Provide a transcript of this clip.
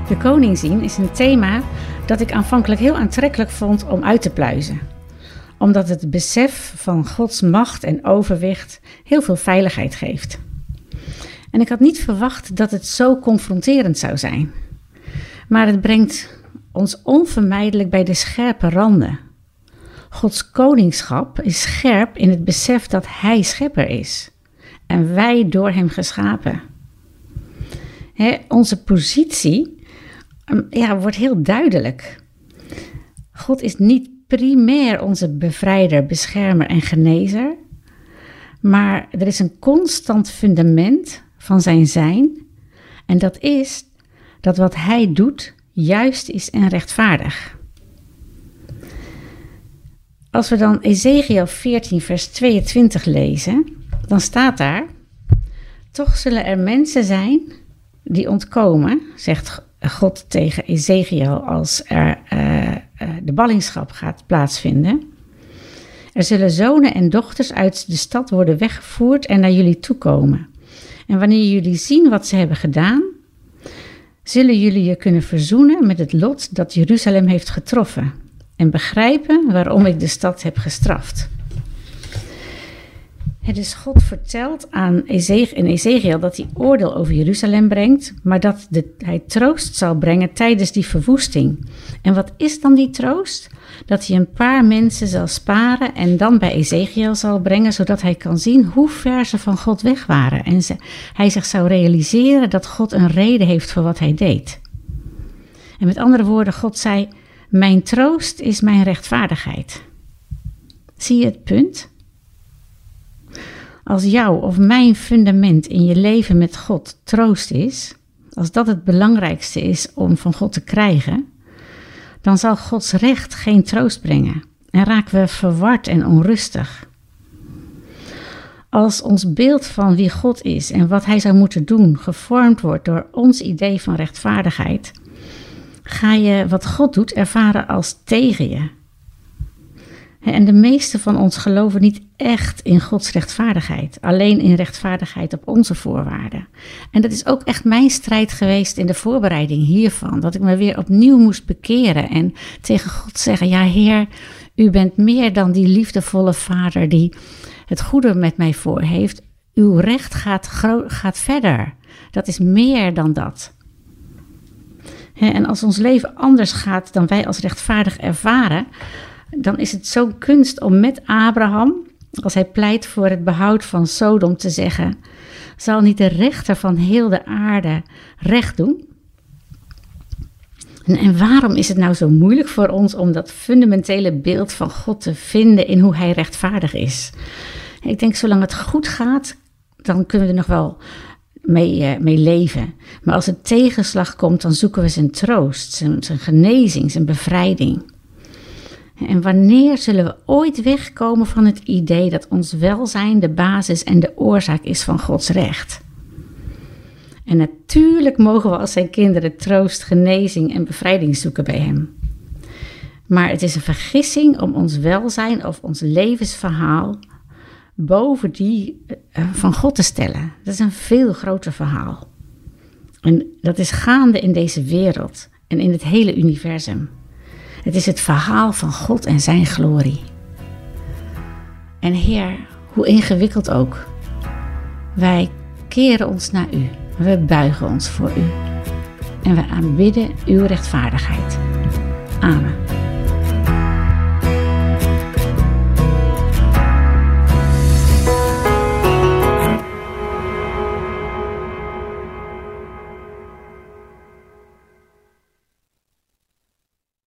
De koning zien is een thema dat ik aanvankelijk heel aantrekkelijk vond om uit te pluizen. Omdat het besef van Gods macht en overwicht heel veel veiligheid geeft. En ik had niet verwacht dat het zo confronterend zou zijn. Maar het brengt ons onvermijdelijk bij de scherpe randen. Gods koningschap is scherp in het besef dat Hij schepper is. En wij door Hem geschapen. Onze positie wordt heel duidelijk. God is niet primair onze bevrijder, beschermer en genezer. Maar er is een constant fundament van zijn. En dat is dat wat Hij doet juist is en rechtvaardig. Als we dan Ezechiël 14 vers 22 lezen, dan staat daar: toch zullen er mensen zijn die ontkomen, zegt God tegen Ezechiël als er de ballingschap gaat plaatsvinden. Er zullen zonen en dochters uit de stad worden weggevoerd en naar jullie toekomen. En wanneer jullie zien wat ze hebben gedaan, zullen jullie je kunnen verzoenen met het lot dat Jeruzalem heeft getroffen en begrijpen waarom ik de stad heb gestraft. Dus God vertelt in Ezechiël dat hij oordeel over Jeruzalem brengt, maar dat hij troost zal brengen tijdens die verwoesting. En wat is dan die troost? Dat hij een paar mensen zal sparen en dan bij Ezechiël zal brengen, zodat hij kan zien hoe ver ze van God weg waren. En hij zich zou realiseren dat God een reden heeft voor wat hij deed. En met andere woorden, God zei: mijn troost is mijn rechtvaardigheid. Zie je het punt? Als jouw of mijn fundament in je leven met God troost is, als dat het belangrijkste is om van God te krijgen, dan zal Gods recht geen troost brengen en raken we verward en onrustig. Als ons beeld van wie God is en wat Hij zou moeten doen gevormd wordt door ons idee van rechtvaardigheid, ga je wat God doet ervaren als tegen je. En de meesten van ons geloven niet echt in Gods rechtvaardigheid. Alleen in rechtvaardigheid op onze voorwaarden. En dat is ook echt mijn strijd geweest in de voorbereiding hiervan. Dat ik me weer opnieuw moest bekeren en tegen God zeggen: ja, Heer, u bent meer dan die liefdevolle vader die het goede met mij voor heeft. Uw recht gaat verder. Dat is meer dan dat. En als ons leven anders gaat dan wij als rechtvaardig ervaren, dan is het zo'n kunst om met Abraham, als hij pleit voor het behoud van Sodom, te zeggen: zal niet de rechter van heel de aarde recht doen? En waarom is het nou zo moeilijk voor ons om dat fundamentele beeld van God te vinden in hoe hij rechtvaardig is? Ik denk, zolang het goed gaat, dan kunnen we er nog wel mee leven. Maar als er tegenslag komt, dan zoeken we zijn troost, zijn genezing, zijn bevrijding. En wanneer zullen we ooit wegkomen van het idee dat ons welzijn de basis en de oorzaak is van Gods recht? En natuurlijk mogen we als zijn kinderen troost, genezing en bevrijding zoeken bij Hem. Maar het is een vergissing om ons welzijn of ons levensverhaal boven die van God te stellen. Dat is een veel groter verhaal. En dat is gaande in deze wereld en in het hele universum. Het is het verhaal van God en zijn glorie. En Heer, hoe ingewikkeld ook, wij keren ons naar U. We buigen ons voor U. En we aanbidden uw rechtvaardigheid. Amen.